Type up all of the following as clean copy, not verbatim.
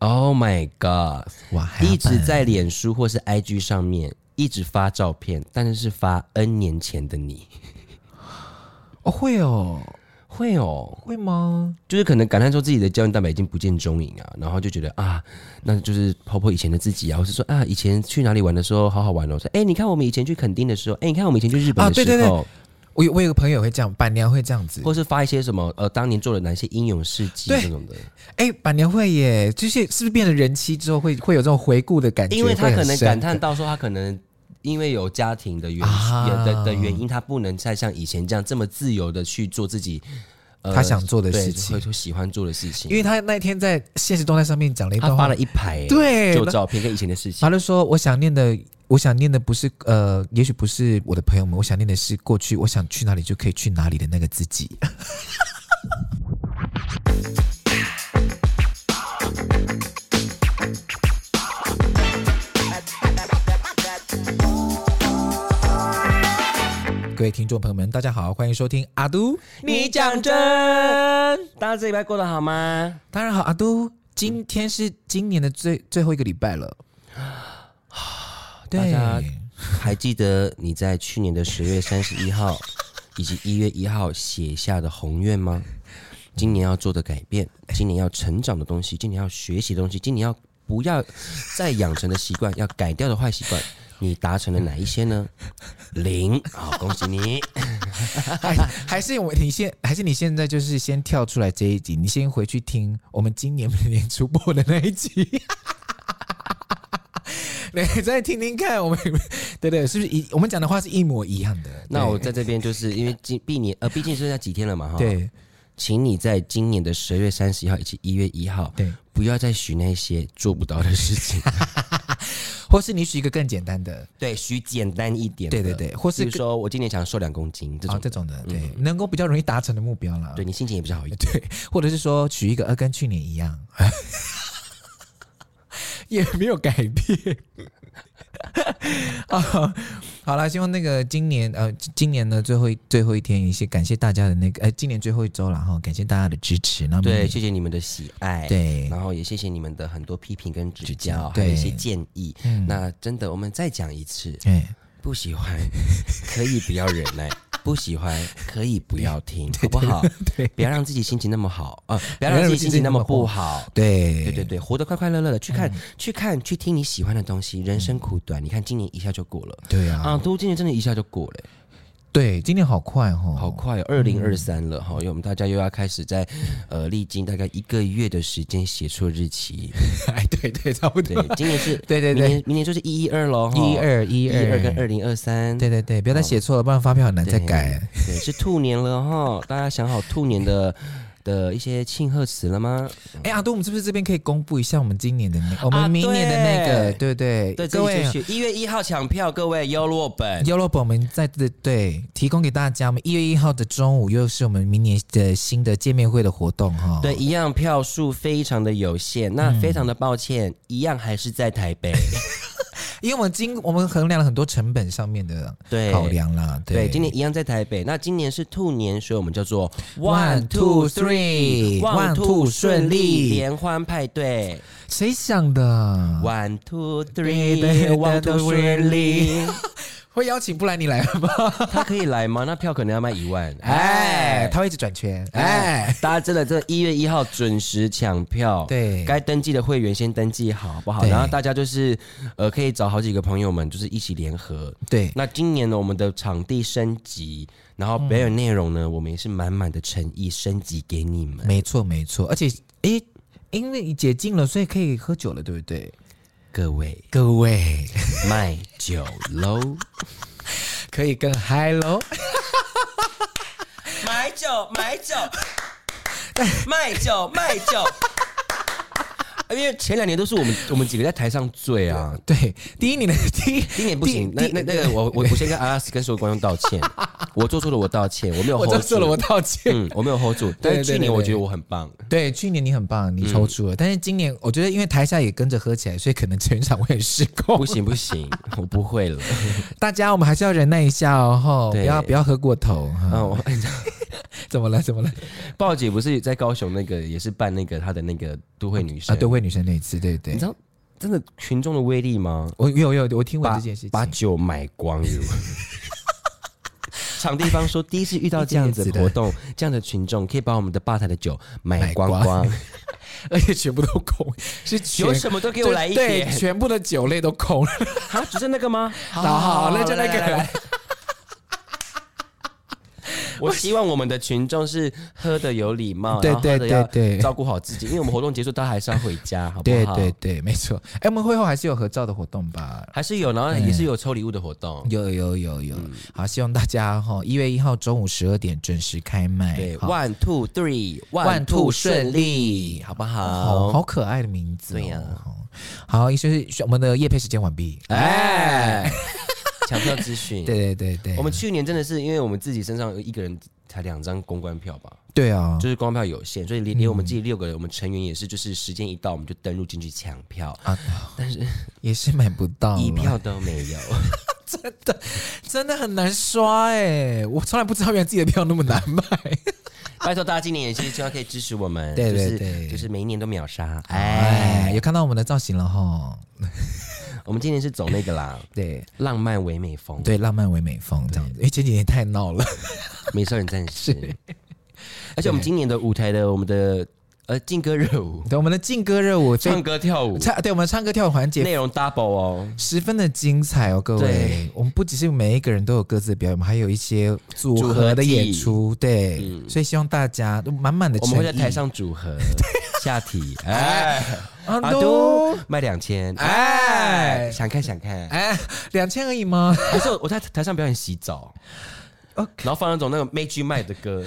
Oh my god！ 哇， 一直在脸书或是 IG 上面一直发照片，但是发 N 年前的你。 哦，会哦。 会哦， 会吗？ 就是可能感叹说自己的胶原蛋白已经不见踪影啊，然后就觉得啊，那就是泡泡以前的自己啊，或是说啊，以前去哪里玩的时候好好玩哦。说你看我们以前去垦丁的时候，你看我们以前去日本的时候， 对对对，我有个朋友会这样，板娘会这样子， 或是发一些什么当年做了哪些英勇事迹这种的。 板娘会耶，就是是不是变成人妻之后会有这种回顾的感觉？ 因为他可能感叹到说他可能。因为有家庭的原因，他不能再像以前这样这么自由的去做自己他想做的事情， 会喜欢做的事情。 因为他那天在现实动态上面讲了一段话， 他发了一排旧照片跟以前的事情。 他就说：“我想念的不是也许不是我的朋友们，我想念的是过去，我想去哪里就可以去哪里的那个自己。”各位听众朋友们，大家好，欢迎收听阿都你讲真。大家这礼拜过得好吗？ 当然好，阿都，今天是今年的最后一个礼拜了。 大家还记得你在去年的10月31号以及1月1号写下的宏愿吗？今年要做的改变，今年要成长的东西，今年要学习的东西，今年要不要再养成的习惯，要改掉的坏习惯，你达成了哪一些呢？0，好，恭喜你。 还是你现在就是先跳出来这一集，你先回去听我们今年年初播的那一集。对，再听听看，我们对，是不是我们讲的话是一模一样的？ 那我在这边就是因为毕竟剩下几天了嘛，哈。 对， 请你在今年的12月31号以及1月1号，对，不要再许那些做不到的事情。 或是你许一个更简单的， 对，许简单一点的， 对，或是比如说我今年想瘦2公斤这种的， 对，能够比较容易达成的目标啦。 对，你心情也比较好一点。 对，或者是说许一个跟去年一样，也没有改变。好啦，希望那个今年呢最后一天，一些感谢大家的那个今年最后一周了哈，感谢大家的支持，然后对，谢谢你们的喜爱， 对， 然后也谢谢你们的很多批评跟指教，还有一些建议。那真的，我们再讲一次，不喜欢可以不要忍耐。不喜欢可以不要听，好不好？对，不要让自己心情那么好不要让自己心情那么不好。对，活得快快乐乐的，去听你喜欢的东西。人生苦短，你看今年一下就过了。 对啊， 都今年真的一下就过了。 对，今年好快哦， 好快哦，2023了哈，因为我们大家又要开始在历经大概1个月的时间写错日期。 对，差不多。 对，今年是对， 明年就是112咯 ，112 跟2023。 对，不要再写错了，不然发票很难再改。 对，是兔年了哈，大家想好兔年的一些庆贺词了吗？ 阿都，我们是不是这边可以公布一下我们今年的我们明年的那个，对， 各位1月1号抢票，各位优洛本， 我们在提供给大家，我们1月1号的中午又是我们明年的新的见面会的活动哈。 对，一样票数非常的有限，那非常的抱歉，一样还是在台北。 因为我们衡量了很多成本上面的考量啦， 对，今年一样在台北。那今年是兔年，所以我们叫做 One Two Three， One Two 顺利联欢派对。 谁想的 ？One Two Three，One Two 顺利。 会邀请布兰妮来吗？ 他可以来吗？那票可能要卖1万。 他会一直转圈。 大家真的1月1号准时抢票。 对， 该登记的会员先登记好，好不好？然后大家就是可以找好几个朋友们，就是一起联合。对，那今年呢，我们的场地升级，然后表演内容呢，我们也是满满的诚意升级给你们。 没错，而且因为解禁了，所以可以喝酒了，对不对？ 各位，卖酒喽， 可以更嗨喽！ 买酒，卖酒。因为前2年都是我们几个在台上醉啊。 对，第一年不行，那个我先跟阿拉斯跟所有观众道歉，我做错了，我道歉，我没有 hold 住， 我做错了，我道歉， 我没有 hold 住。但是去年我觉得我很棒， 对，去年你很棒，你抽出了，但是今年我觉得因为台下也跟着喝起来，所以可能全场会很失控。 不行，我不会了。 大家我们还是要忍耐一下哦，不要喝过头。 怎么了？ 鲍姐不是在高雄那个也是办那个她的那个都会女生都会女生那一次，对对。 你知道真的群众的威力吗？ 我听闻这件事情， 把酒买光了。场地方说，第一次遇到这样子的活动，这样的群众可以把我们的吧台的酒买光光， 而且全部都空，是有什么都给我来一点， 对，全部的酒类都空了。 好，只剩那个吗？ 好，那就那个来。 我希望我们的群众是喝的有礼貌， 对， 照顾好自己，因为我们活动结束，大家还是要回家，好不好？ 对，没错。我们会后还是有合照的活动吧？ 还是有，然后也是有抽礼物的活动， 有。好，希望大家1月1号中午12点准时开卖。 对，1 2 3， 1 2顺利，好不好？ 好可爱的名字。 对呀。 好，就是我们的业配时间完毕。 抢票资讯， 对。 我们去年真的是因为我们自己身上一个人才2张公关票吧？ 对啊， 就是公关票有限，所以连我们自己6个人，我们成员也是，就是时间一到我们就登录进去抢票啊，但是也是买不到， 一票都没有， 真的很难刷我从来不知道原来自己的票那么难买。 拜托大家今年也是希望可以支持我们， 对， 就是每一年都秒杀。 有看到我们的造型了哈。 我们今年是走那个啦， 对， 浪漫唯美风， 对，浪漫唯美风这样子。前几年太闹了， 美少女战士。而且我们今年的舞台的我们的劲歌热舞， 对，我们的劲歌热舞， 唱歌跳舞， 对，我们唱歌跳舞环节内容 double 哦， 十分的精彩哦，各位。我们不只是每一个人都有各自的表演，我们还有一些组合的演出，对，所以希望大家都满满的诚意。 我们会在台上组合，下体，阿都卖2000，想看 ，2000而已吗？ 还是我在台上表演洗澡，然后放那种那个 Magic Mike 的歌。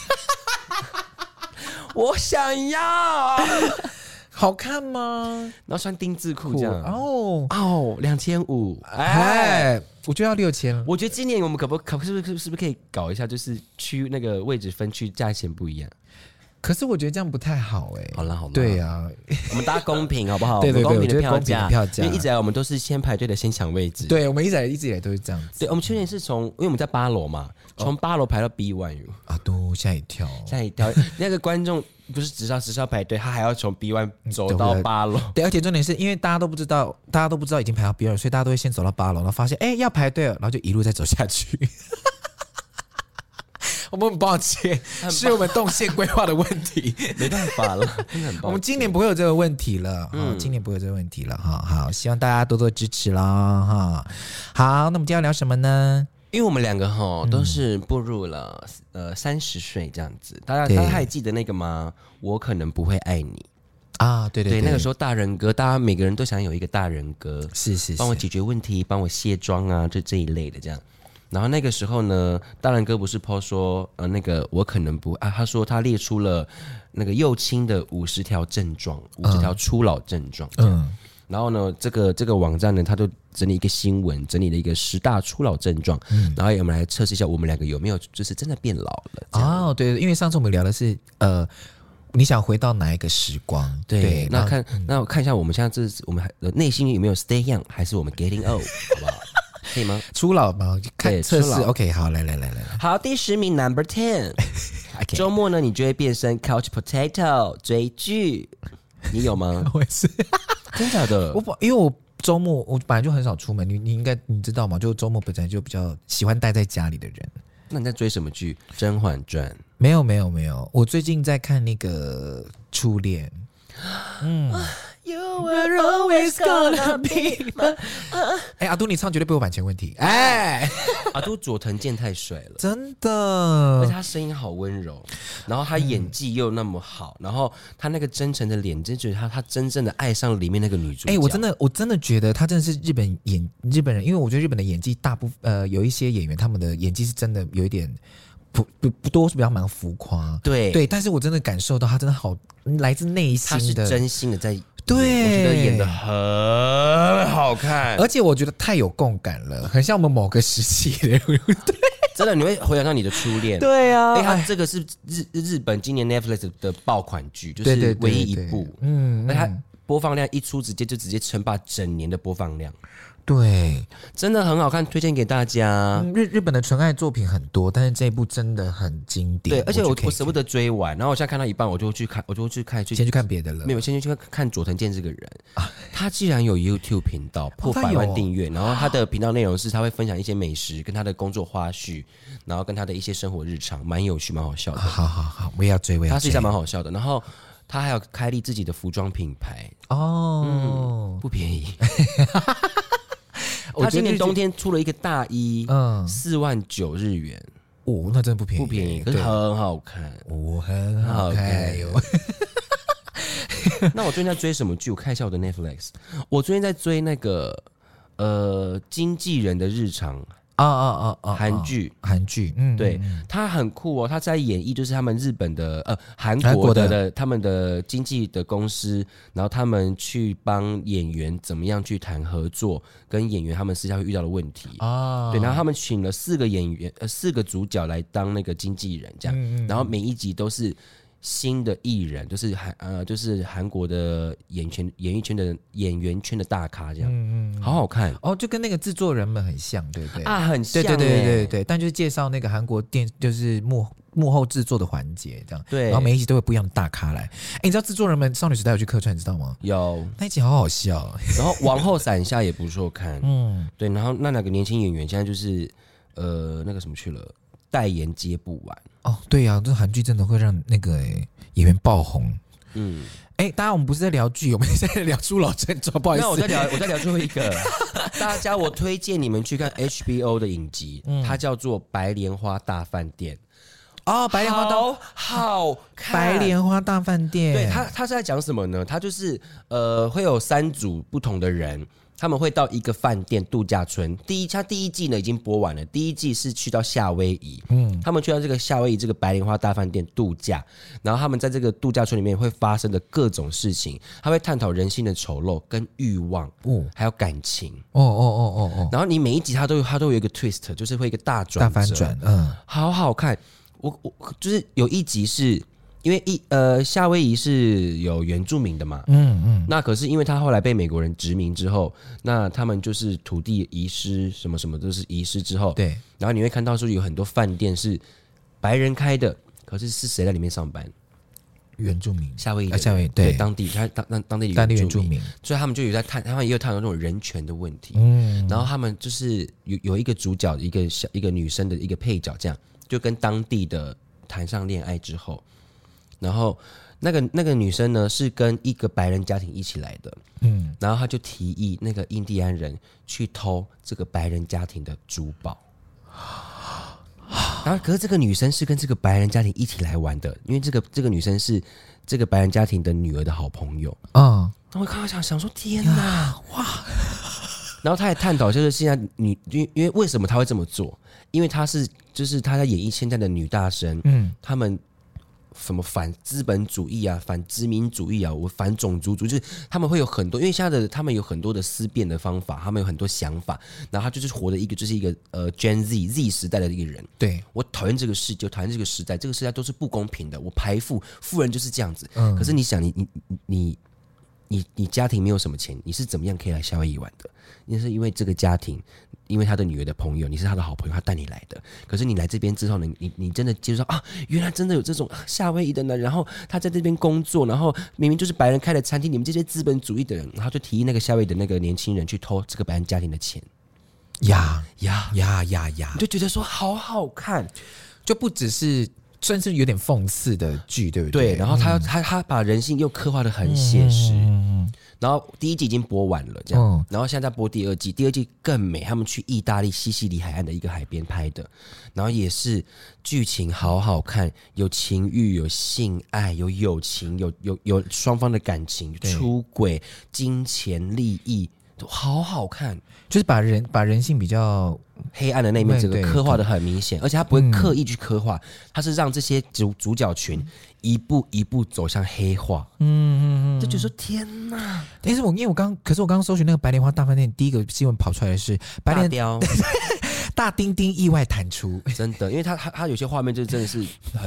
我想要， 好看吗？ 然后穿丁字裤这样 ，2500，我觉得要6000。 我觉得今年我们是不是可以搞一下，就是区那个位置分区价钱不一样？ 可是我觉得这样不太好好了， 对啊， 我们大家公平好不好？ 对， 公平的票价， 因为一直以来我们都是先排队的，先抢位置。 对，我们一直以来都是这样子。 对，我们去年是因为我们在8楼嘛，从8楼排到 B1 都吓一跳。 那个观众不是只是要排队，他还要从 B1 走到8楼。 对，而且重点是因为大家都不知道已经排到 B2，所以大家都会先走到8楼，然后发现要排队了，然后就一路再走下去。我们很抱歉，是我们动线规划的问题， 没办法了。 我们今年不会有这个问题了，今年不会有这个问题了哈。好，希望大家多多支持啦哈。好，那我们今天要聊什么呢？ 因为我们2个都是步入了30岁这样子，大家还记得那个吗？我可能不会爱你啊，对， 那个时候大人哥，大家每个人都想有一个大人哥， 是， 帮我解决问题，帮我卸妆啊，这一类的这样。然后那个时候呢，大人哥不是 po 说那个我可能不他说他列出了那个幼青的50条症状，50条初老症状。然后呢，这个网站呢，他就整理一个新闻，整理了一个10大初老症状，然后我们来测试一下我们2个有没有就是真的变老了。 对，因为上次我们聊的是你想回到哪一个时光？ 对，那我看一下我们现在我们内心有没有 stay young， 还是我们 getting old， 好不好？可以吗？ 初老吗？看测试 OK， 好，来。 好，第10名 Number 10， 周末呢，你就会变身 Couch Potato 追剧，你有吗？ 我也是， 真假的？ 因为我周末我本来就很少出门，你知道吗？就周末本来就比较喜欢待在家里的人。 那你在追什么剧？《甄嬛传》？ 没有，我最近在看那个《初恋》。You were always gonna be my 阿都你唱绝对不会有版权问题。 阿都佐藤健太帅了， 真的， 而且他声音好温柔，然后他演技又那么好，然后他那个真诚的脸，真觉得他真正的爱上里面那个女主角。 我真的觉得他真的是日本人，因为我觉得日本的演技有一些演员他们的演技是真的有一点不多是比较蛮浮夸，对，但是我真的感受到他真的好来自内心的， 他是真心的在。 对， 我觉得演得很好看， 而且我觉得太有共感了，很像我们某个时期的人。对， 真的你会回想到你的初恋。 对啊， 他这个是日本今年 Netflix 的爆款剧，就是唯一一部。那他播放量一出，直接称霸整年的播放量。 对， 真的很好看，推荐给大家。 日本的纯爱作品很多，但是这一部真的很经典。 对，而且我舍不得追完，然后我现在看到一半，我就去看，先去看别的了。 没有，先去看佐藤健这个人，他既然有 YouTube 频道破100万订阅，然后他的频道内容是他会分享一些美食，跟他的工作花絮，然后跟他的一些生活日常，蛮有趣，蛮好笑的。 好，我也要追，他实际上蛮好笑的。然后他还有开立自己的服装品牌不便宜。他今年冬天出了一个大衣，49000日元。 那真的不便宜， 不便宜，可是很好看。 很好看哟。 那我最近在追什么剧？我看一下我的 Netflix。我最近在追那个经纪人的日常。韩剧，对，他很酷哦，他在演绎就是他们日本的韩国的他们的经纪的公司，然后他们去帮演员怎么样去谈合作，跟演员他们私下会遇到的问题对，然后他们请了4个演员4个主角来当那个经纪人这样，然后每一集都是新的艺人，就是韩国的演员圈的大咖这样，好好看就跟那个制作人们很像，对不对很像， 对，但就是介绍那个韩国就是幕后制作的环节这样， 对， 然后每一集都会不一样的大咖来。你知道制作人们少女时代有去客串，你知道吗？ 有， 那一集好好笑， 然后王后伞下也不错看，对，然后那2个年轻演员现在就是那个什么去了。代言接不完对啊，这韩剧真的会让那个演员爆红。大家我们不是在聊剧，我们是在聊朱老正传，不好意思。 那我再聊最后一个，大家我推荐你们去看 HBO 的影集，它叫做《白莲花大饭店》。 白莲花好看， 白莲花大饭店。 对，他是在讲什么呢？他就是会有3组不同的人。他们会到一个饭店度假村，他第一季呢已经播完了，第一季是去到夏威夷，他们去到这个夏威夷这个白莲花大饭店度假，然后他们在这个度假村里面会发生的各种事情，他会探讨人性的丑陋跟欲望，还有感情，然后你每一集他都有一个 twist， 就是会一个大反转，好好看，我就是有一集是。因为夏威夷是有原住民的嘛，那可是因为他后来被美国人殖民之后，那他们就是土地遗失，什么什么都是遗失之后， 对， 然后你会看到说有很多饭店是白人开的，可是谁在里面上班？ 原住民， 夏威夷对当地原住民，所以他们就有在他们也有探讨这种人权的问题，然后他们就是有一个主角，一个女生的一个配角，这样就跟当地的谈上恋爱之后。然后那个女生呢是跟一个白人家庭一起来的，然后他就提议那个印第安人去偷这个白人家庭的珠宝，然后可是这个女生是跟这个白人家庭一起来玩的，因为这个女生是这个白人家庭的女儿的好朋友，然后我看到想说天哪，哇！然后他也探讨就是现在因为为什么他会这么做，因为他在演绎现在的女大生，他们。什么反资本主义啊，反殖民主义啊，我反种族主义，就是他们会有很多，因为现在他们有很多的思辨的方法，他们有很多想法，然后他就是活的就是一个Gen Z 时代的一个人。 对， 我讨厌这个世界，我讨厌这个时代，这个时代都是不公平的，我排富人就是这样子。可是你想，你家庭没有什么钱，你是怎么样可以来夏威夷玩的？那是因为这个家庭。因为他的女儿的朋友，你是他的好朋友，他带你来的。可是你来这边之后呢，你真的接受到原来真的有这种夏威夷的人，然后他在这边工作，然后明明就是白人开的餐厅，你们这些资本主义的人，然后就提议那个夏威夷的那个年轻人去偷这个白人家庭的钱，呀，你就觉得说好好看， 就不只是算是有点讽刺的剧，对不对？ 对，然后他把人性又刻画得很写实。然后第一季已经播完了，这样，然后现在在播第二季，第二季更美，他们去意大利西西里海岸的一个海边拍的，然后也是剧情好好看，有情欲，有性爱，有友情，有双方的感情，出轨、金钱、利益，都好好看， 就是把人性比较黑暗的那一面这个刻画的很明显，而且他不会刻意去刻画，他是让这些主角群一步一步走向黑化，就觉得说天哪！ 但是可是我刚刚搜寻那个白莲花大饭店，第一个新闻跑出来的是白莲雕大丁丁意外弹出， 真的，因为他有些画面就真的是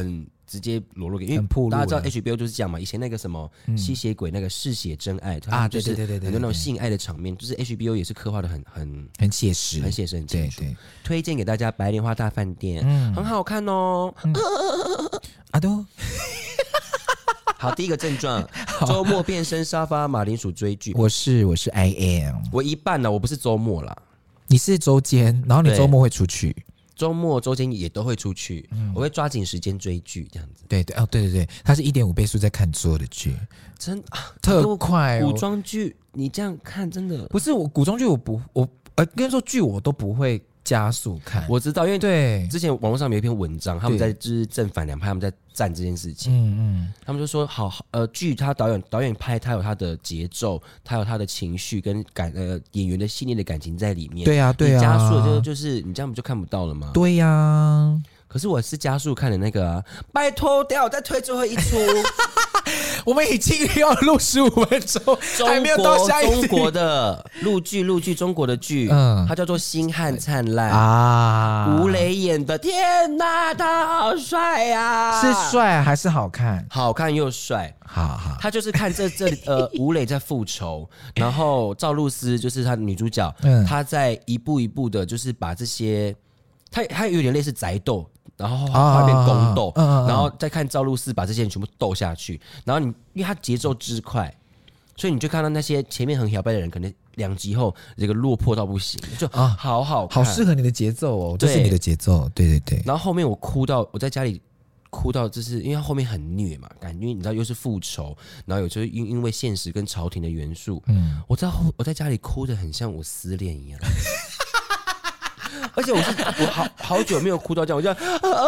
直接裸露给，因为大家知道 HBO 就是这样嘛。以前那个什么吸血鬼那个嗜血真爱啊，就是很多那种性爱的场面，就是 HBO 也是刻画的很写实，很写实，很清楚。推荐给大家《白莲花大饭店》，很好看哦。 阿都。 好，第一个症状，周末变身沙发马铃薯追剧。 我是 I am， 我一半呢，我不是周末啦， 你是周间，然后你周末会出去。 周末、周间也都会出去，我会抓紧时间追剧，这样子。 对，他是1.5倍速在看所有的剧， 真特快古装剧，你这样看真的不是我古装剧，我跟你说剧我都不会加速看。 我知道，因为之前网络上有一篇文章，他们在就是正反两派，他们在赞这件事情。他们就说剧他导演拍，他有他的节奏，他有他的情绪跟演员的细腻的感情在里面。 对啊， 你加速的就是你这样不就看不到了吗？ 对呀。 可是我是加速看的那个拜托，等下我再推最后一出。 我们已经要录15分钟，还没有到下一集。 中国的陆剧，中国的剧，它叫做《星汉灿烂》啊，吴磊演的。天哪，他好帅啊！ 是帅还是好看？ 好看又帅。 好， 他就是看这吴磊在复仇，然后赵露思就是他的女主角，她在一步一步的，就是把这些，他有点类似宅斗。然后画面宫斗，然后再看赵露思把这些人全部斗下去，然后因为他节奏之快，所以你就看到那些前面很摇摆的人，可能2集后这个落魄到不行，就好好看， 好适合你的节奏哦，这是你的节奏，对。 然后后面我在家里哭到，就是因为他后面很虐嘛，因为你知道又是复仇，然后有时候因为现实跟朝廷的元素，我在家里哭得很像我失恋一样。而且我好久没有哭到这样，我就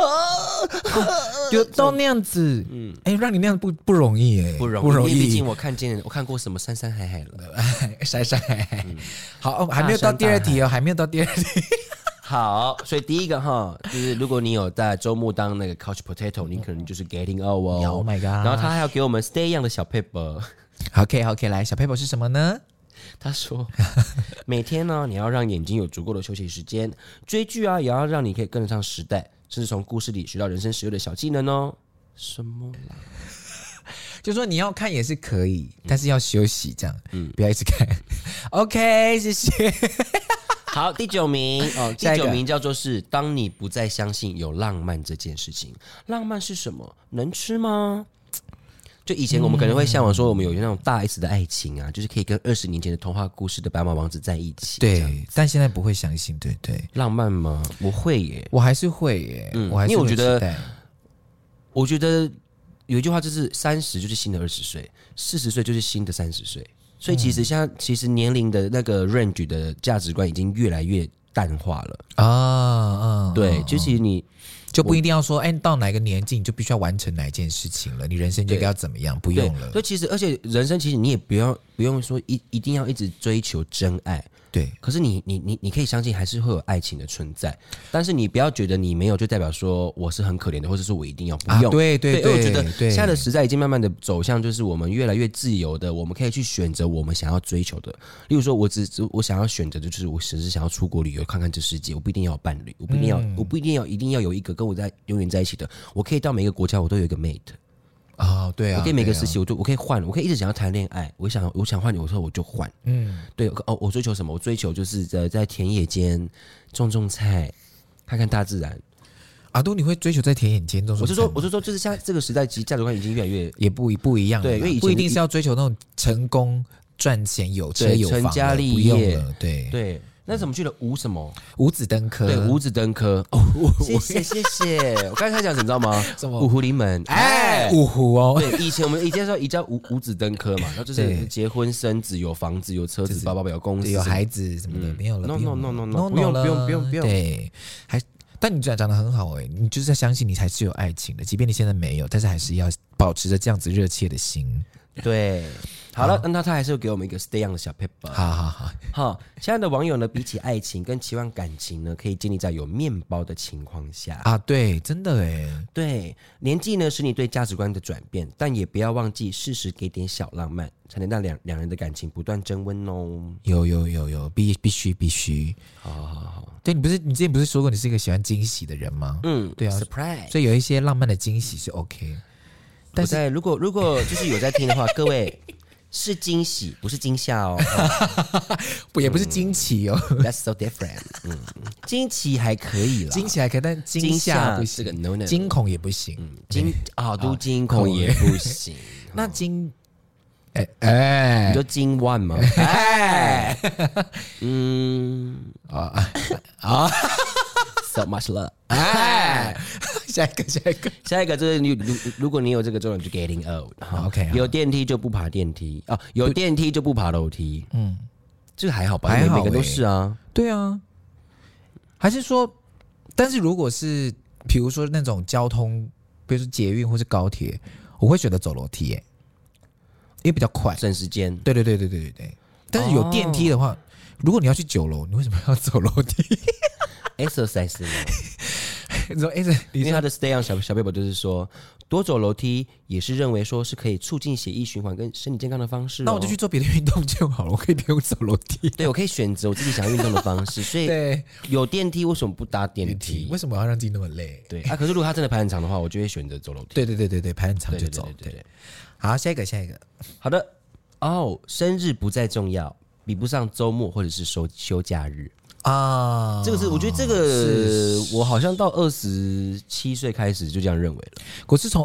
有到那样子，让你那样不容易不容易，毕竟我看过什么山山海海了， 山山海海。好，还没有到第2题哦，还没有到第2题。 好，所以第一个就是如果你有在周末当那个 couch potato， 你可能就是 getting out 哦。 Oh my god！ 然后他还要给我们 stay young 的小 paper。 OK， 来，小 paper 是什么呢？ 他说每天呢你要让眼睛有足够的休息时间，追剧啊也要让你可以跟得上时代，甚至从故事里学到人生实用的小技能哦。什么啦？ 就说你要看也是可以，但是要休息这样，不要一直看。OK， 谢谢。 好，第9名第9名叫做是当你不再相信有浪漫这件事情。浪漫是什么？能吃吗？就以前我们可能会向往说，我们有那种大 S 的爱情啊，就是可以跟20年前的童话故事的白马王子在一起。 对，但现在不会相信，对。 浪漫吗？我会耶， 我还是会耶，我还是会期待。 我觉得有一句话就是30就是新的20岁，40岁就是新的30岁。所以其实现在其实年龄的那个 range 的价值观已经越来越淡化了啊。对，就其实你就不一定要说，到哪个年纪你就必须要完成哪一件事情了，你人生就该要怎么样，不用了。 所以其实，而且人生其实你也不用说一定要一直追求真爱，对。可是你可以相信还是会有爱情的存在，但是你不要觉得你没有就代表说我是很可怜的，或者是我一定要不用。 对， 因为我觉得现在的时代已经慢慢的走向就是我们越来越自由的，我们可以去选择我们想要追求的。例如说我想要选择的就是我只是想要出国旅游看看这世界，我不一定要有伴侣，我不一定要有一个跟我永远在一起的，我可以到每个国家我都有一个 mate。 对啊， 我可以每个时期我可以换，我可以一直想要谈恋爱，我想换，有时候我就换。对，我追求什么？我追求就是在田野间种菜，看看大自然。 阿都，你会追求在田野间种菜？ 我是说，就是像这个时代，其实价值观已经越来越也不一样了。对，因为以前不一定是要追求那种成功、赚钱、有车有房、 成家立业。 对。 那怎么去了五子登科？ 对，五子登科。谢谢。我刚才讲什么知道吗？ 什么？ 五湖临门。 五湖哦。 对，以前我们说叫五子登科嘛，然后就是结婚生子，有房子，有车子，包有公司， 有孩子什么的，没有了。 No， 不用。 对，但你讲得很好你就是在相信你还是有爱情的，即便你现在没有，但是还是要保持着这样子热切的心。 对。 好了，那他还是会给我们一个 stay on 的小 paper。好，亲爱的网友呢，比起爱情跟期望感情呢，可以建立在有面包的情况下啊。对，真的哎。 对，年纪呢使你对价值观的转变，但也不要忘记适时给点小浪漫，才能让两人的感情不断升温哦。 有，必须。好。对，你之前不是说过你是一个喜欢惊喜的人吗？对啊 ，surprise。 所以有一些浪漫的惊喜是 OK。 但是如果就是有在听的话，各位。是惊喜，不是惊吓哦， 也不是惊奇哦。 That's so different。惊奇还可以啦， 惊喜还可以，但惊吓不行， 这个 no， 惊恐也不行， 都惊恐也不行。 那惊， 你就惊万吗？So much love。下一个就是如果你有这个症状就 getting old。OK， 有电梯就不爬电梯啊，有电梯就不爬楼梯。这个还好吧？还好，每个都是啊。 对啊，还是说，但是如果是比如说那种交通，比如说捷运或是高铁，我会选择走楼梯耶，因为比较快， 省时间。 对。但是有电梯的话，如果你要去9楼，你为什么要走楼梯 ？exercise 呢？ 你说因为他的 stay on 小 paper 就是说，多走楼梯也是认为说是可以促进血液循环跟身体健康的方式。 那我就去做别的运动就好了，我可以不用走楼梯。 对，我可以选择我自己想要运动的方式。所以有电梯为什么不搭电梯？ 为什么要让自己那么累？ 对可是如果他真的排很长的话，我就会选择走楼梯。 对，排很长就走。对。好，下一个。 好的。生日不再重要，比不上周末或者是休假日。这个是我觉得这个我好像到27岁开始就这样认为了。 我是从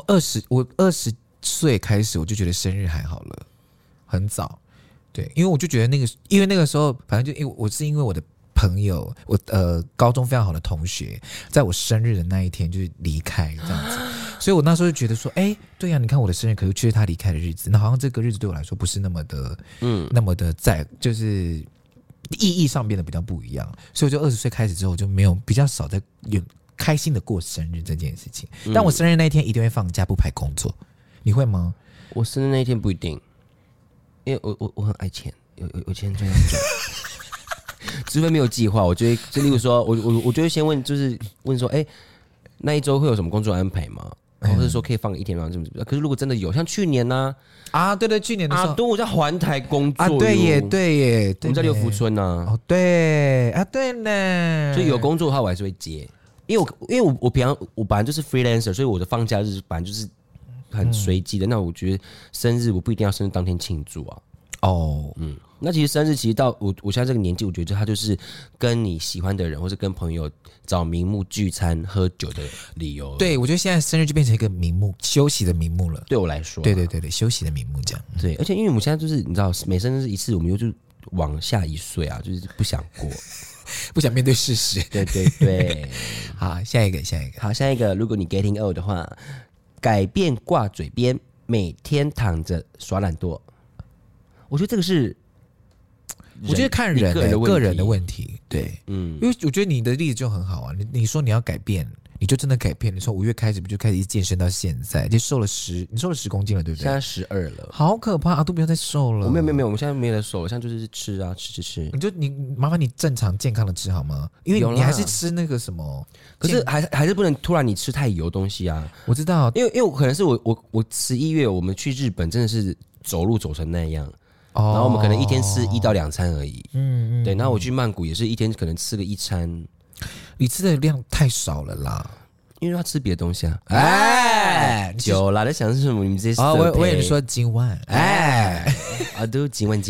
20岁开始我就觉得生日还好了，很早。对，因为我就觉得因为那个时候反正就因为我的朋友，我高中非常好的同学，在我生日的那一天就是离开这样子，所以我那时候就觉得说，对呀，你看我的生日可是却是他离开的日子，那好像这个日子对我来说不是那么的就是意义上变得比较不一样，所以我就20岁开始之后，我就没有比较少在有开心的过生日这件事情。但我生日那一天一定会放假，不排工作。你会吗？ 我生日那一天不一定，因为我很爱钱，有钱就要赚。除非没有计划，我就会例如说，我就会先问说，那一周会有什么工作安排吗？或者说可以放一天吗？可是如果真的有，像去年呢？对，去年的时候，我在环台工作对耶， 我们在六福村呢。 对呢， 所以有工作的话，我还是会接，因为我平常我本来就是 freelancer， 所以我的放假日本来就是很随机的。那我觉得生日我不一定要生日当天庆祝啊。那其实生日其实到我现在这个年纪，我觉得他就是跟你喜欢的人，或是跟朋友找名目聚餐喝酒的理由。 对，我觉得现在生日就变成一个名目，休息的名目了。 对我来说， 对，休息的名目这样。 对，而且因为我们现在就是你知道，每生日一次，我们就往下一岁啊，就是不想过， 不想面对事实。 对。 好，下一个。 好，下一个，如果你 getting old 的话，改变挂嘴边，每天躺着耍懒惰。我觉得这个是。 我觉得看人个人的问题，对，因为我觉得你的例子就很好啊。你说你要改变，你就真的改变。你从5月开始不就开始一直健身到现在，就瘦了10公斤了，对不对？ 现在12了， 好可怕啊！都不要再瘦了。 没有，我们现在没有在瘦，我现在就是吃啊，吃。 你麻烦你正常健康的吃好吗？因为你还是吃那个什么， 可是还是不能突然你吃太油东西啊。 我知道， 因为可能是我11月我们去日本真的是走路走成那样。然后我们可能一天吃1到2餐而已，对。然后我去曼谷也是一天可能吃个1餐， 你吃的量太少了啦， 因为要吃别的东西啊。酒啦，在想是什么？你们这些我也说今晚， 都今晚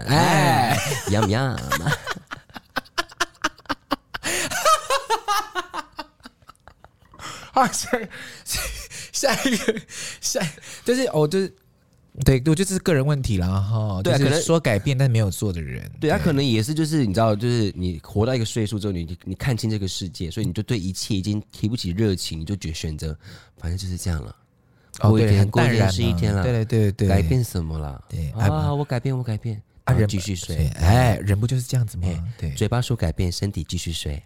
，yum。 下一个就是对，我觉得这是个人问题啦，哈。对，可能说改变但没有做的人， 对他可能也是，就是你知道，就是你活到一个岁数之后，你看清这个世界，所以你就对一切已经提不起热情，你就选择，反正就是这样了。过一天是一天了， 对， 改变什么啦？ 对我改变，人继续睡， 人不就是这样子吗？对， 嘴巴说改变，身体继续睡，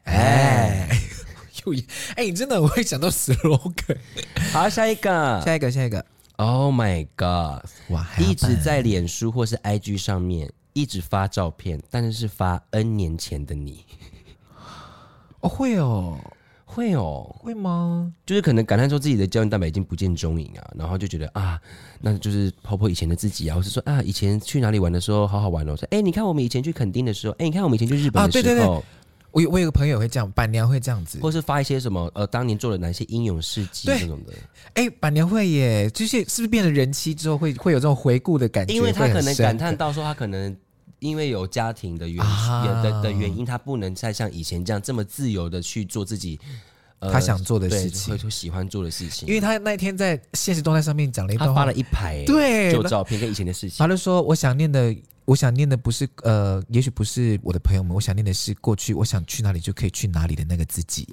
你真的我会想到 slogan。 好，下一个。 Oh my god！ 哇， 一直在脸书或是 IG 上面一直发照片，但是发 N 年前的你。 哦，会哦。 会哦， 会吗？ 就是可能感叹说自己的胶原蛋白已经不见踪影啊，然后就觉得啊，那就是泡泡以前的自己啊，或是说啊，以前去哪里玩的时候好好玩哦。说你看我们以前去垦丁的时候，你看我们以前去日本的时候， 对对对，我有个朋友会这样，板娘会这样子， 或是发一些什么当年做了哪些英勇事迹那种的。 板娘会耶，就是是不是变成人妻之后会有这种回顾的感觉？ 因为他可能感叹到说他可能。因为有家庭的原因，他不能再像以前这样这么自由的去做自己他想做的事情， 会喜欢做的事情。 因为他那天在现实动态上面讲了一段话， 他发了一排旧照片跟以前的事情。 他就说：“我想念的不是也许不是我的朋友们，我想念的是过去，我想去哪里就可以去哪里的那个自己。”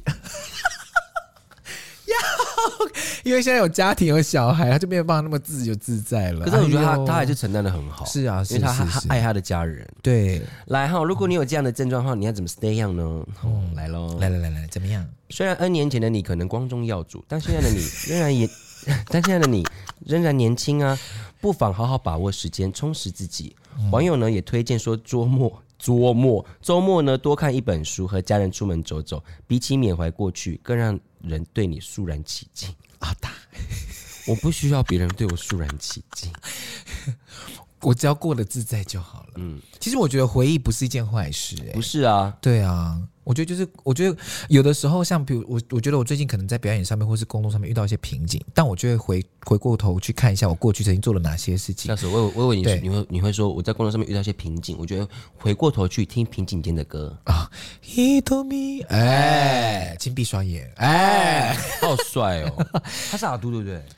因为现在有家庭有小孩，他就没有办法那么自由自在了。 可是我觉得他还是承担得很好。 是啊， 因为他爱他的家人。 对， 来哈，如果你有这样的症状的话，你要怎么 stay young 呢？来咯， 来，怎么样？ 虽然 N 年前的你可能光宗耀祖，但现在的你仍然年轻啊！不妨好好把握时间，充实自己。网友呢也推荐说，周末呢多看一本书，和家人出门走走，比起缅怀过去，更让人对你肃然起敬。我不需要别人对我肃然起敬， 我只要过得自在就好了。其实我觉得回忆不是一件坏事。 不是啊， 对啊，我觉得有的时候，像比如我觉得我最近可能在表演上面或是工作上面遇到一些瓶颈，但我就会回过头去看一下我过去曾经做了哪些事情。 那时候我以为你会说我在工作上面遇到一些瓶颈，我觉得回过头去听平井坚的歌啊 ，Hitomi， 金碧双眼， 好帅哦，他是阿都对不对？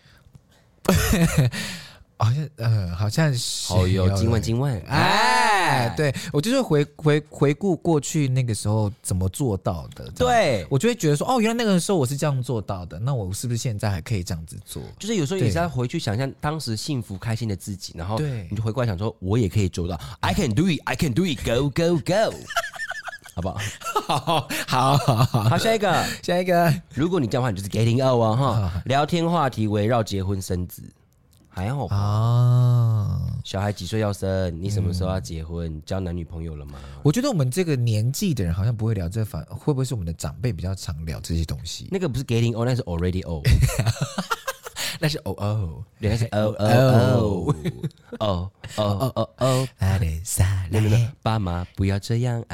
好像是有今晚， 对，我就是回顾过去那个时候怎么做到的， 对， 我就会觉得说，原来那个时候我是这样做到的，那我是不是现在还可以这样子做？ 就是有时候也是要回去想象当时幸福开心的自己，然后你就回过来想说，我也可以做到 ，I can do it, go go go。好不好？好，下一个。如果你这样的话，你就是 getting old 啊哈。聊天话题围绕结婚生子，还好吧？小孩几岁要生？你什么时候要结婚？交男女朋友了吗？ 我觉得我们这个年纪的人好像不会聊这，会不会是我们的长辈比较常聊这些东西？ 那个不是 getting old， 那是 already old。 那是原来是你们的爸妈不要这样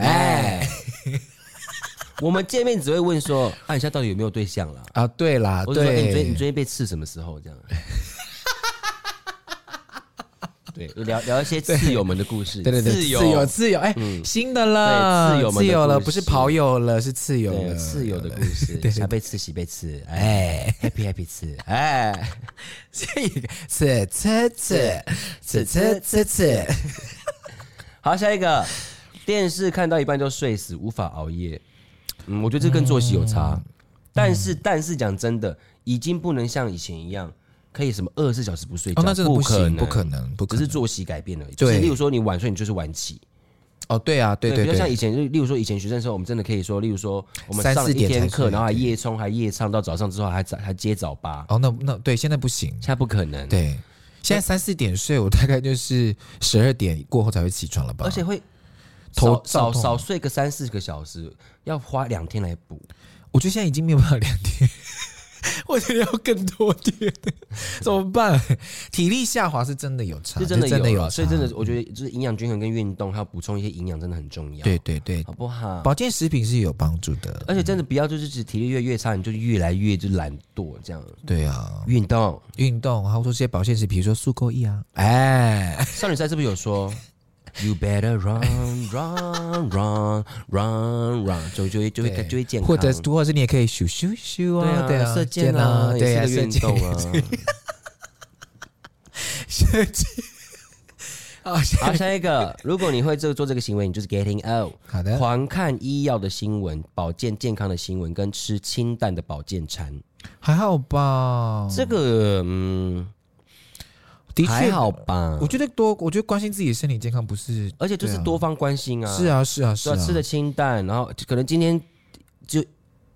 我们见面只会问说你现在到底有没有对象了啊？对啦， 或者说你最近被刺什么时候这样？对，聊一些刺友们的故事。 对，刺友，新的了，刺友了，不是跑友了，是刺友了， 刺友的故事。想被刺，喜被刺，happy 刺， 这个刺。 好，下一个，电视看到一半就睡死，无法熬夜。我觉得这跟作息有差，但是讲真的，已经不能像以前一样。可以什么24小时不睡觉？ 那真的不可能， 只是作息改变了。就是例如说你晚睡，你就是晚起。 对啊，对， 比如像以前，例如说以前学生的时候，我们真的可以说，例如说我们上了一天课，然后还夜冲，还夜唱到早上之后，还接早八。 那对，现在不行， 现在不可能。 对，现在3、4点睡，我大概就是12点过后才会起床了吧？ 而且会少睡个3、4个小时，要花2天来补。 我觉得现在已经没有办法2天。我觉得要更多点，怎么办？体力下滑是真的有差， 是真的有差，所以真的我觉得就是营养均衡跟运动，还有补充一些营养真的很重要。 对， 好不好？ 保健食品是有帮助的， 而且真的不要就是体力越差，你就越来越就懒惰这样。 对啊， 运动， 还有说这些保健食品，比如说速购液啊。 少女赛是不是有说？ You better run， 就会健康， 或者是你也可以咻啊，对啊， 射箭啊， 对啊， 也是个运动啊。 射箭。 好，下一个，如果你会做这个行为，你就是 getting old。 好的， 狂看医药的新闻、保健健康的新闻，跟吃清淡的保健餐， 还好吧？ 这个的确还好吧。 我觉得关心自己的身体健康不是， 而且就是多方关心啊。 是啊， 吃的清淡，然后可能今天就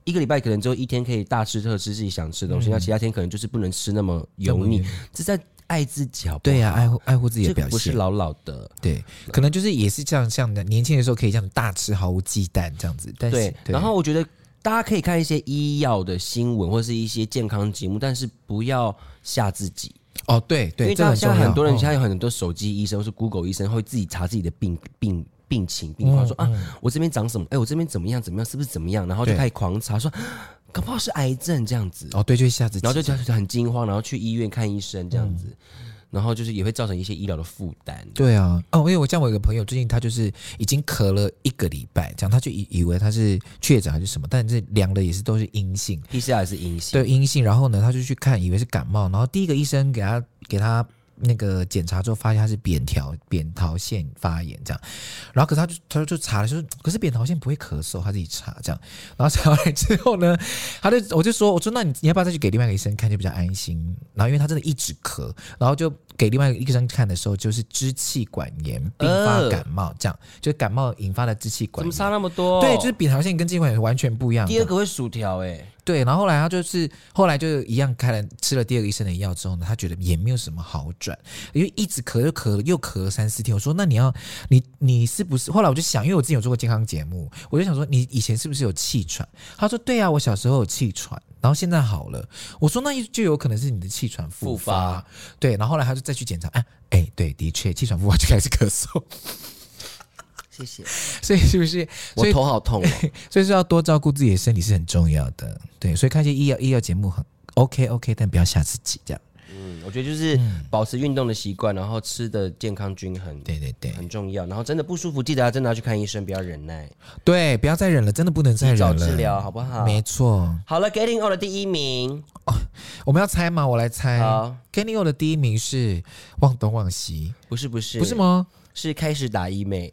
一个礼拜可能只有1天可以大吃特吃自己想吃的东西，那其他天可能就是不能吃那么油腻，这在爱自己好不好？ 对啊，爱护自己的表现， 不是老的。 对，可能就是也是这样，像年轻的时候可以这样大吃毫无忌惮这样子。但是对，然后我觉得大家可以看一些医药的新闻或是一些健康节目，但是不要吓自己。 哦，对对， 因为现在很多人，现在有很多手机医生或是 Google 医生会自己查自己的病情病况，说我这边长什么，我这边怎么样，是不是怎么样，然后就开始狂查，说搞不好是癌症这样子。 哦，对，就吓自己， 然后就很惊慌，然后去医院看医生这样子。然后就是也会造成一些医疗的负担。 对啊，因为我有一个朋友，最近他就是已经咳了1个礼拜，这样他就以为他是确诊还是什么，但是量的也是都是阴性 ，PCR 也是阴性， 对，阴性。然后呢，他就去看，以为是感冒，然后第一个医生给他那个检查之后，发现他是扁桃腺发炎这样，然后可是他就查了，说可是扁桃腺不会咳嗽，他自己查这样，然后查完之后呢，我就说那你要不要再去给另外一个医生看，就比较安心。然后因为他真的一直咳，然后就给另外一个医生看的时候，就是支气管炎并发感冒这样，就是感冒引发的支气管炎。 怎么差那么多？ 对，就是扁桃腺跟支气管炎完全不一样。 第二个会薯条对，然后后来就一样吃了第二个医生的药之后呢，他觉得也没有什么好转，因为一直咳又咳了3-4天。我说那你是不是？后来我就想，因为我之前有做过健康节目，我就想说你以前是不是有气喘？他说对啊，我小时候有气喘，然后现在好了。我说那就有可能是你的气喘复发。对，然后后来他就再去检查，对，的确气喘复发就开始咳嗽。 谢谢。 所以是不是我头好痛所以说要多照顾自己的身体是很重要的。对，所以看一些医药节目很 OK， 但不要吓自己这样。 我觉得就是保持运动的习惯，然后吃的健康均衡， 对， 很重要。然后真的不舒服，记得真的要去看医生，不要忍耐。 对，不要再忍了，真的不能再忍了， 及早治疗好不好？ 没错。 好了 ，Getting Old 的第1名， 我们要猜吗？我来猜。 好 ，Getting Old 的第1名是忘东忘西， 不是吗？是开始打医美。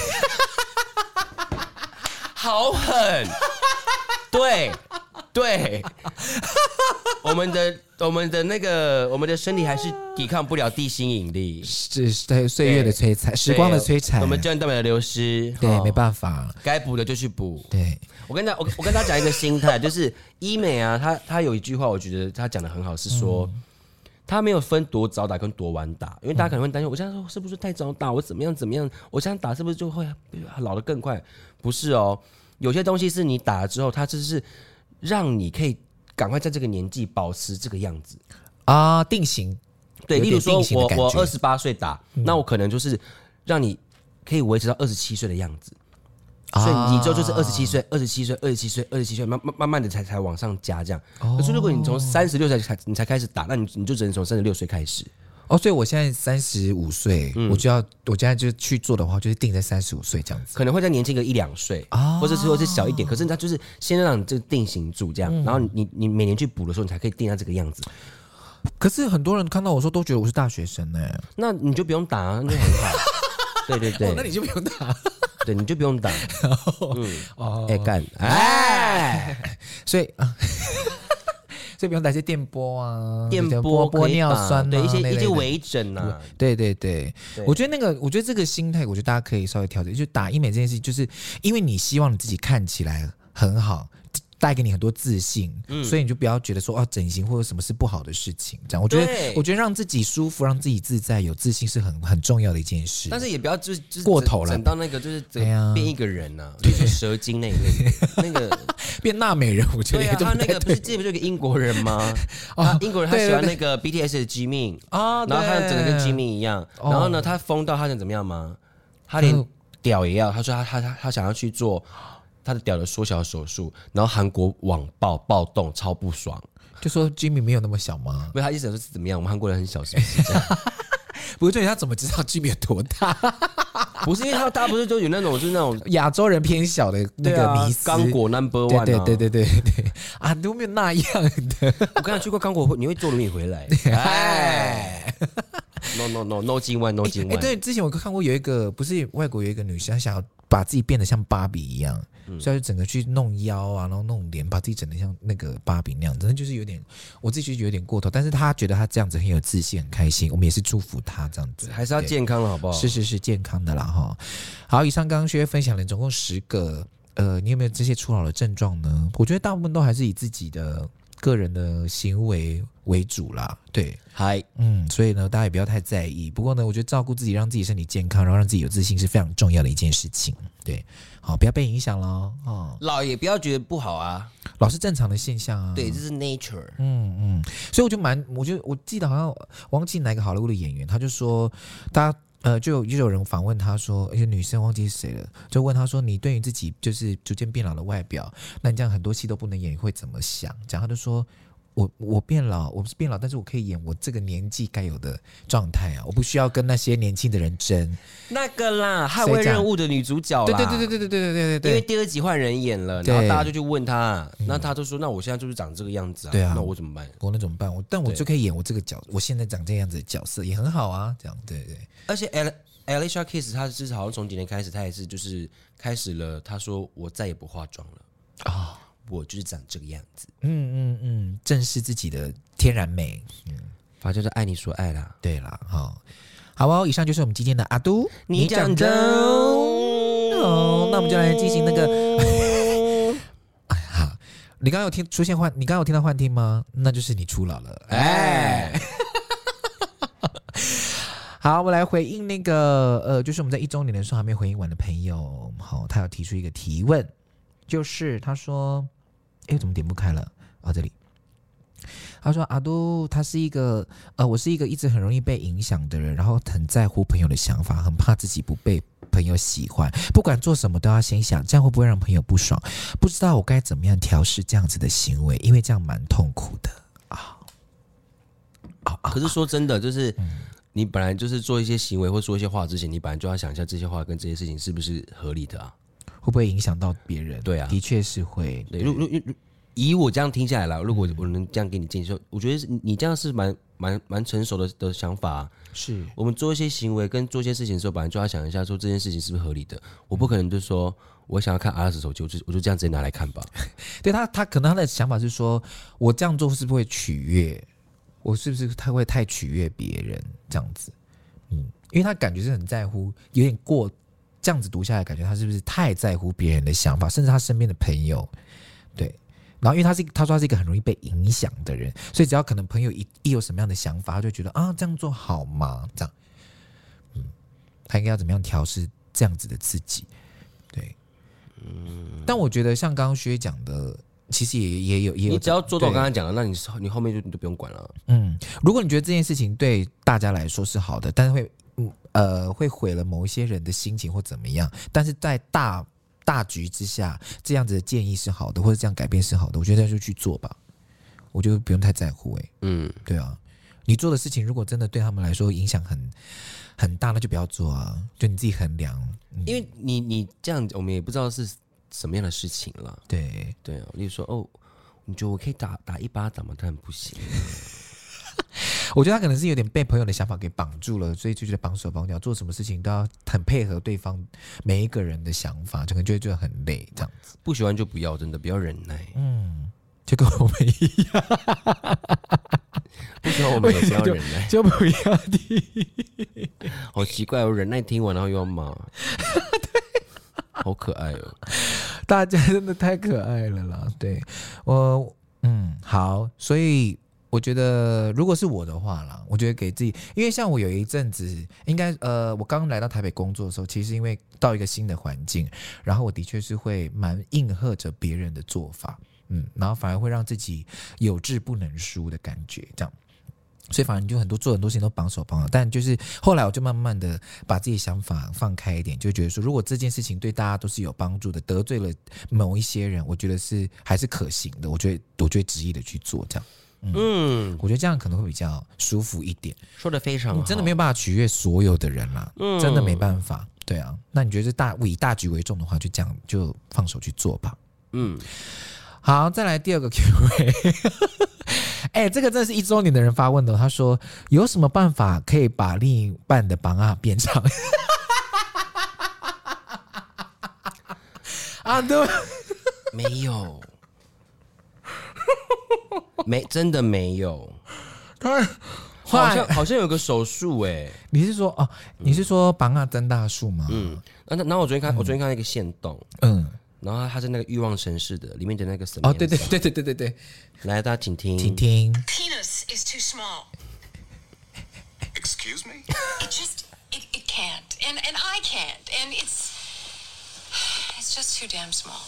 好狠！对，我们的身体还是抵抗不了地心引力， 是岁月的摧残，时光的摧残， 我们胶原蛋白的流失， 对，没办法， 该补的就去补。 对， 我跟他讲一个心态，就是医美啊，他有一句话，我觉得他讲的很好，是说。他没有分多早打跟多晚打，因为大家可能会担心，我这样说是不是太早打？我怎么样？我这样打是不是就会老得更快？不是哦，有些东西是你打了之后，它就是让你可以赶快在这个年纪保持这个样子啊，定型。 对，例如说我28岁打，那我可能就是让你可以维持到27岁的样子。所以你之后就是27岁，慢慢的才往上加这样。可是如果你从36岁你才开始打，那你就只能从36岁开始。 所以我现在35岁，我现在就去做的话，就是定在35岁这样子， 可能会再年轻个1-2岁，或者是小一点。可是它就是先让你这个定型住这样，然后你每年去补的时候，你才可以定在这个样子。 可是很多人看到我说都觉得我是大学生那你就不用打啊，那就很好。对， 那你就不用打。 对，你就不用打。 所以不用打一些电波啊， 电波玻尿酸对，一些微整啊。 对，我觉得这个心态，我觉得大家可以稍微调整。就打医美这件事情，就是因为你希望你自己看起来很好。带给你很多自信，所以你就不要觉得说整形或者什么是不好的事情。这样，我觉得让自己舒服、让自己自在、有自信是很重要的一件事。 但是也不要就是过头了， 整到那个就是变一个人啊，就是蛇精那一类，那个变娜美人，我觉得他那个不是之前不是有个英国人吗？英国人他喜欢那个 BTS 的 Jimin 啊，然后他整个跟 Jimin 一样，然后呢他疯到他想怎么样吗？他连屌也要，他说他想要去做。他的屌的缩小手术，然后韩国网暴动，超不爽， 就说 Jimmy 没有那么小吗？ 不是，他意思是怎么样？我们韩国人很小，是不是这样？ 不是，他怎么知道 Jimmy 有多大？ 不是因为大家不是都有那种就是那种亚洲人偏小的那个迷思， 刚果 No.1 啊， 对啊，都没有那样的。 我刚才去过刚果，你会坐轮椅回来？No 今晚 No 今晚。 对，之前我看过有一个，不是外国有一个女生，她想要把自己变得像芭比一样，所以就整个去弄腰啊，然后弄脸，把自己整得像那个芭比那样，真的就是有点，我自己觉得有点过头。但是她觉得她这样子很有自信，很开心，我们也是祝福她这样子， 还是要健康了，好不好？ 是健康的啦哈。好，以上刚刚薛分享了总共10个你有没有这些初老的症状呢？我觉得大部分都还是以自己的个人的行为为主啦，对，所以呢，大家也不要太在意。不过呢，我觉得照顾自己，让自己身体健康，然后让自己有自信是非常重要的一件事情。对，好，不要被影响咯。 老也不要觉得不好啊， 老是正常的现象啊。 对，这是 nature。 所以我记得好像忘记哪个好莱坞的演员，他就说，大家。就有人访问他说，一个女生忘记是谁了，就问他说：“你对于自己就是逐渐变老的外表，那你这样很多戏都不能演，会怎么想？”他就说：“我变老，我是变老，但是我可以演我这个年纪该有的状态啊，我不需要跟那些年轻的人争。” 那个啦，捍卫任务的女主角啦， 对， 因为第2集换人演了，然后大家就去问他，那他就说：“那我现在就是长这个样子啊，对啊，那我怎么办？ 我能怎么办？但我就可以演我这个角，我现在长这样子的角色也很好啊，这样对。” 而且 Alicia Keys 她是好像从几年开始，她也是就是开始了，她说我再也不化妆了我就是长这个样子。 正视自己的天然美。 反正就是爱你所爱啦。 对啦，好哦，以上就是我们今天的阿都你讲真那我们就来进行那个好，你刚刚有听到幻听吗？那就是你初老了。好，我们来回应那个就是我们在1周年的时候还没回应完的朋友，好，他有提出一个提问，就是他说，怎么点不开了？这里，他说阿都他是一个我是一个一直很容易被影响的人，然后很在乎朋友的想法，很怕自己不被朋友喜欢，不管做什么都要先想这样会不会让朋友不爽，不知道我该怎么样调试这样子的行为，因为这样蛮痛苦的可是说真的，就是你本来就是做一些行为或说一些话之前，你本来就要想一下这些话跟这些事情是不是合理的啊？ 会不会影响到别人？对啊，的确是会。 对，以我这样听下来了，如果我能这样给你建议，我觉得你这样是蛮成熟的想法啊。 是我们做一些行为跟做一些事情的时候，本来就要想一下，说这件事情是不是合理的。我不可能就说我想要看阿拉斯手机，我就这样直接拿来看吧。 对他可能他的想法是说，我这样做是不是会取悦？我是不是他会太取悦别人这样子？因为他感觉是很在乎，有点过这样子读下来，感觉他是不是太在乎别人的想法，甚至他身边的朋友，对。然后因为他说他是一个很容易被影响的人，所以只要可能朋友一有什么样的想法，他就觉得这样做好吗？这样，他应该要怎么样调试这样子的自己？对，但我觉得像刚刚薛讲的。其实也有， 你只要做到我刚刚讲的，那你后面就不用管了。 如果你觉得这件事情对大家来说是好的，但是会毁了某一些人的心情或怎么样，但是在大局之下，这样子的建议是好的，或者这样改变是好的，我觉得就去做吧，我就不用太在乎。对啊，你做的事情如果真的对他们来说影响很大，那就不要做啊，就你自己衡量。 因为你这样，我们也不知道是什么样的事情了？对啊，例如说你觉得我可以打1巴掌吗？当然不行。 我觉得他可能是有点被朋友的想法给绑住了，所以就觉得绑手绑脚，做什么事情都要很配合对方每一个人的想法，可能就会很累这样子。 不喜欢就不要，真的不要忍耐。 就跟我们一样， 不喜欢我们也是要忍耐， 就不要听。 好奇怪，我忍耐听完然后又要骂。好可爱哦！ 大家真的太可爱了啦。对好，所以我觉得如果是我的话啦，我觉得给自己，因为像我有一阵子，应该我刚来到台北工作的时候，其实因为到一个新的环境，然后我的确是会蛮应和着别人的做法，然后反而会让自己有志不能输的感觉，这样。所以反正就做很多事情都绑手绑脚，但就是后来我就慢慢的把自己想法放开一点，就觉得说如果这件事情对大家都是有帮助的，得罪了某一些人，我觉得还是可行的，我就会执意的去做这样。我觉得这样可能会比较舒服一点。 说得非常好， 你真的没有办法取悦所有的人啦，真的没办法。对啊，那你觉得以大局为重的话，就这样就放手去做吧。好，再来第二个 Q&A。这个真的是1周年的人发问的。他说：“有什么办法可以把另一半的绑啊变长？”对， 没有，真的没有。好像有个手术你是说绑啊增大术吗？ 然后我昨天看一个限动， 然后他是那个欲望城市的里面的那个什么？ 对， 来，大家请听。 Penis is too small. Excuse me? It can't, and I can't, and it's just too damn small.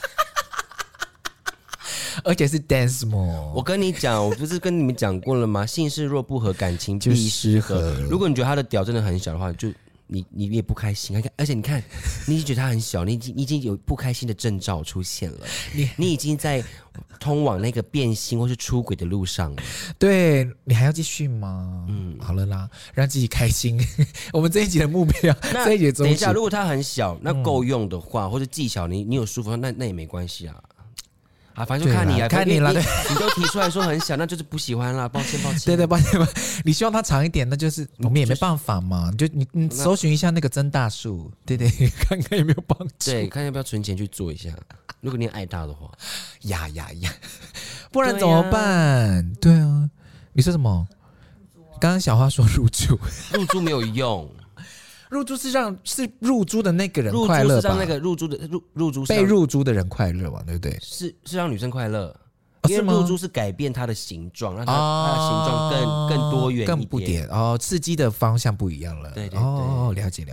而且是 dance more。 我跟你讲，我不是跟你们讲过了吗？性事若不合，感情必失和。如果你觉得他的屌真的很小的话，就你也不开心。而且你看，你已经觉得他很小，你已经有不开心的征兆出现了。你已经在通往那个变心或是出轨的路上了。 对，你还要继续吗？好了啦，让自己开心。我们这一集的目标，这一集的宗旨。 等一下，如果他很小，那够用的话，或者技巧你有舒服，那也没关系啊。反正就看你啊， 看你啦。 你都提出来说很小，那就是不喜欢啦，抱歉。 对，抱歉。你希望它长一点，那就是我们也没办法嘛。就你搜寻一下那个增大术，对，看看有没有帮助。 对，看要不要存钱去做一下。如果你爱他的话， 呀，不然怎么办？对啊，你说什么？刚刚小花说入珠没有用。 入珠是入珠的那个人快乐吧？ 是让那个入珠被入珠的人快乐吧？对不对？ 是让女生快乐，因为入珠是改变它的形状，让它的形状更多元一点， 更不点刺激的方向不一样了。 对， 了解。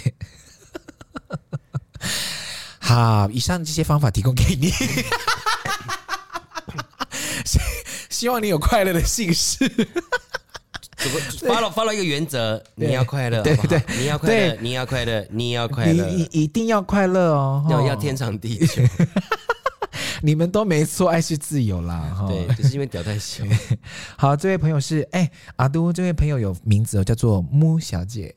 好，以上这些方法提供给你，希望你有快乐的性事。 follow 一个原则，你要快乐， 对， 你要快乐，你要快乐，你要快乐， 你一定要快乐哦， 要天长地久。 你们都没错，爱是自由啦。 对，只是因为屌太小。 好，这位朋友是阿都，这位朋友有名字叫做木小姐。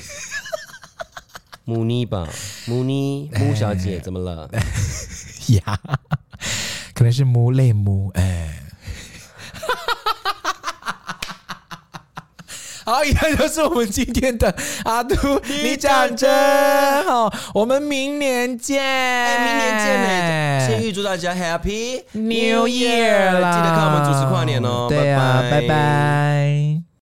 母妮吧，木小姐怎么了？ 呀，可能是木类木好，以上就是我们今天的阿都，你讲真好，我们明年见， 明年见呢！先预祝大家 Happy New Year 啦！ 记得看我们主持跨年哦， 对啊，拜拜。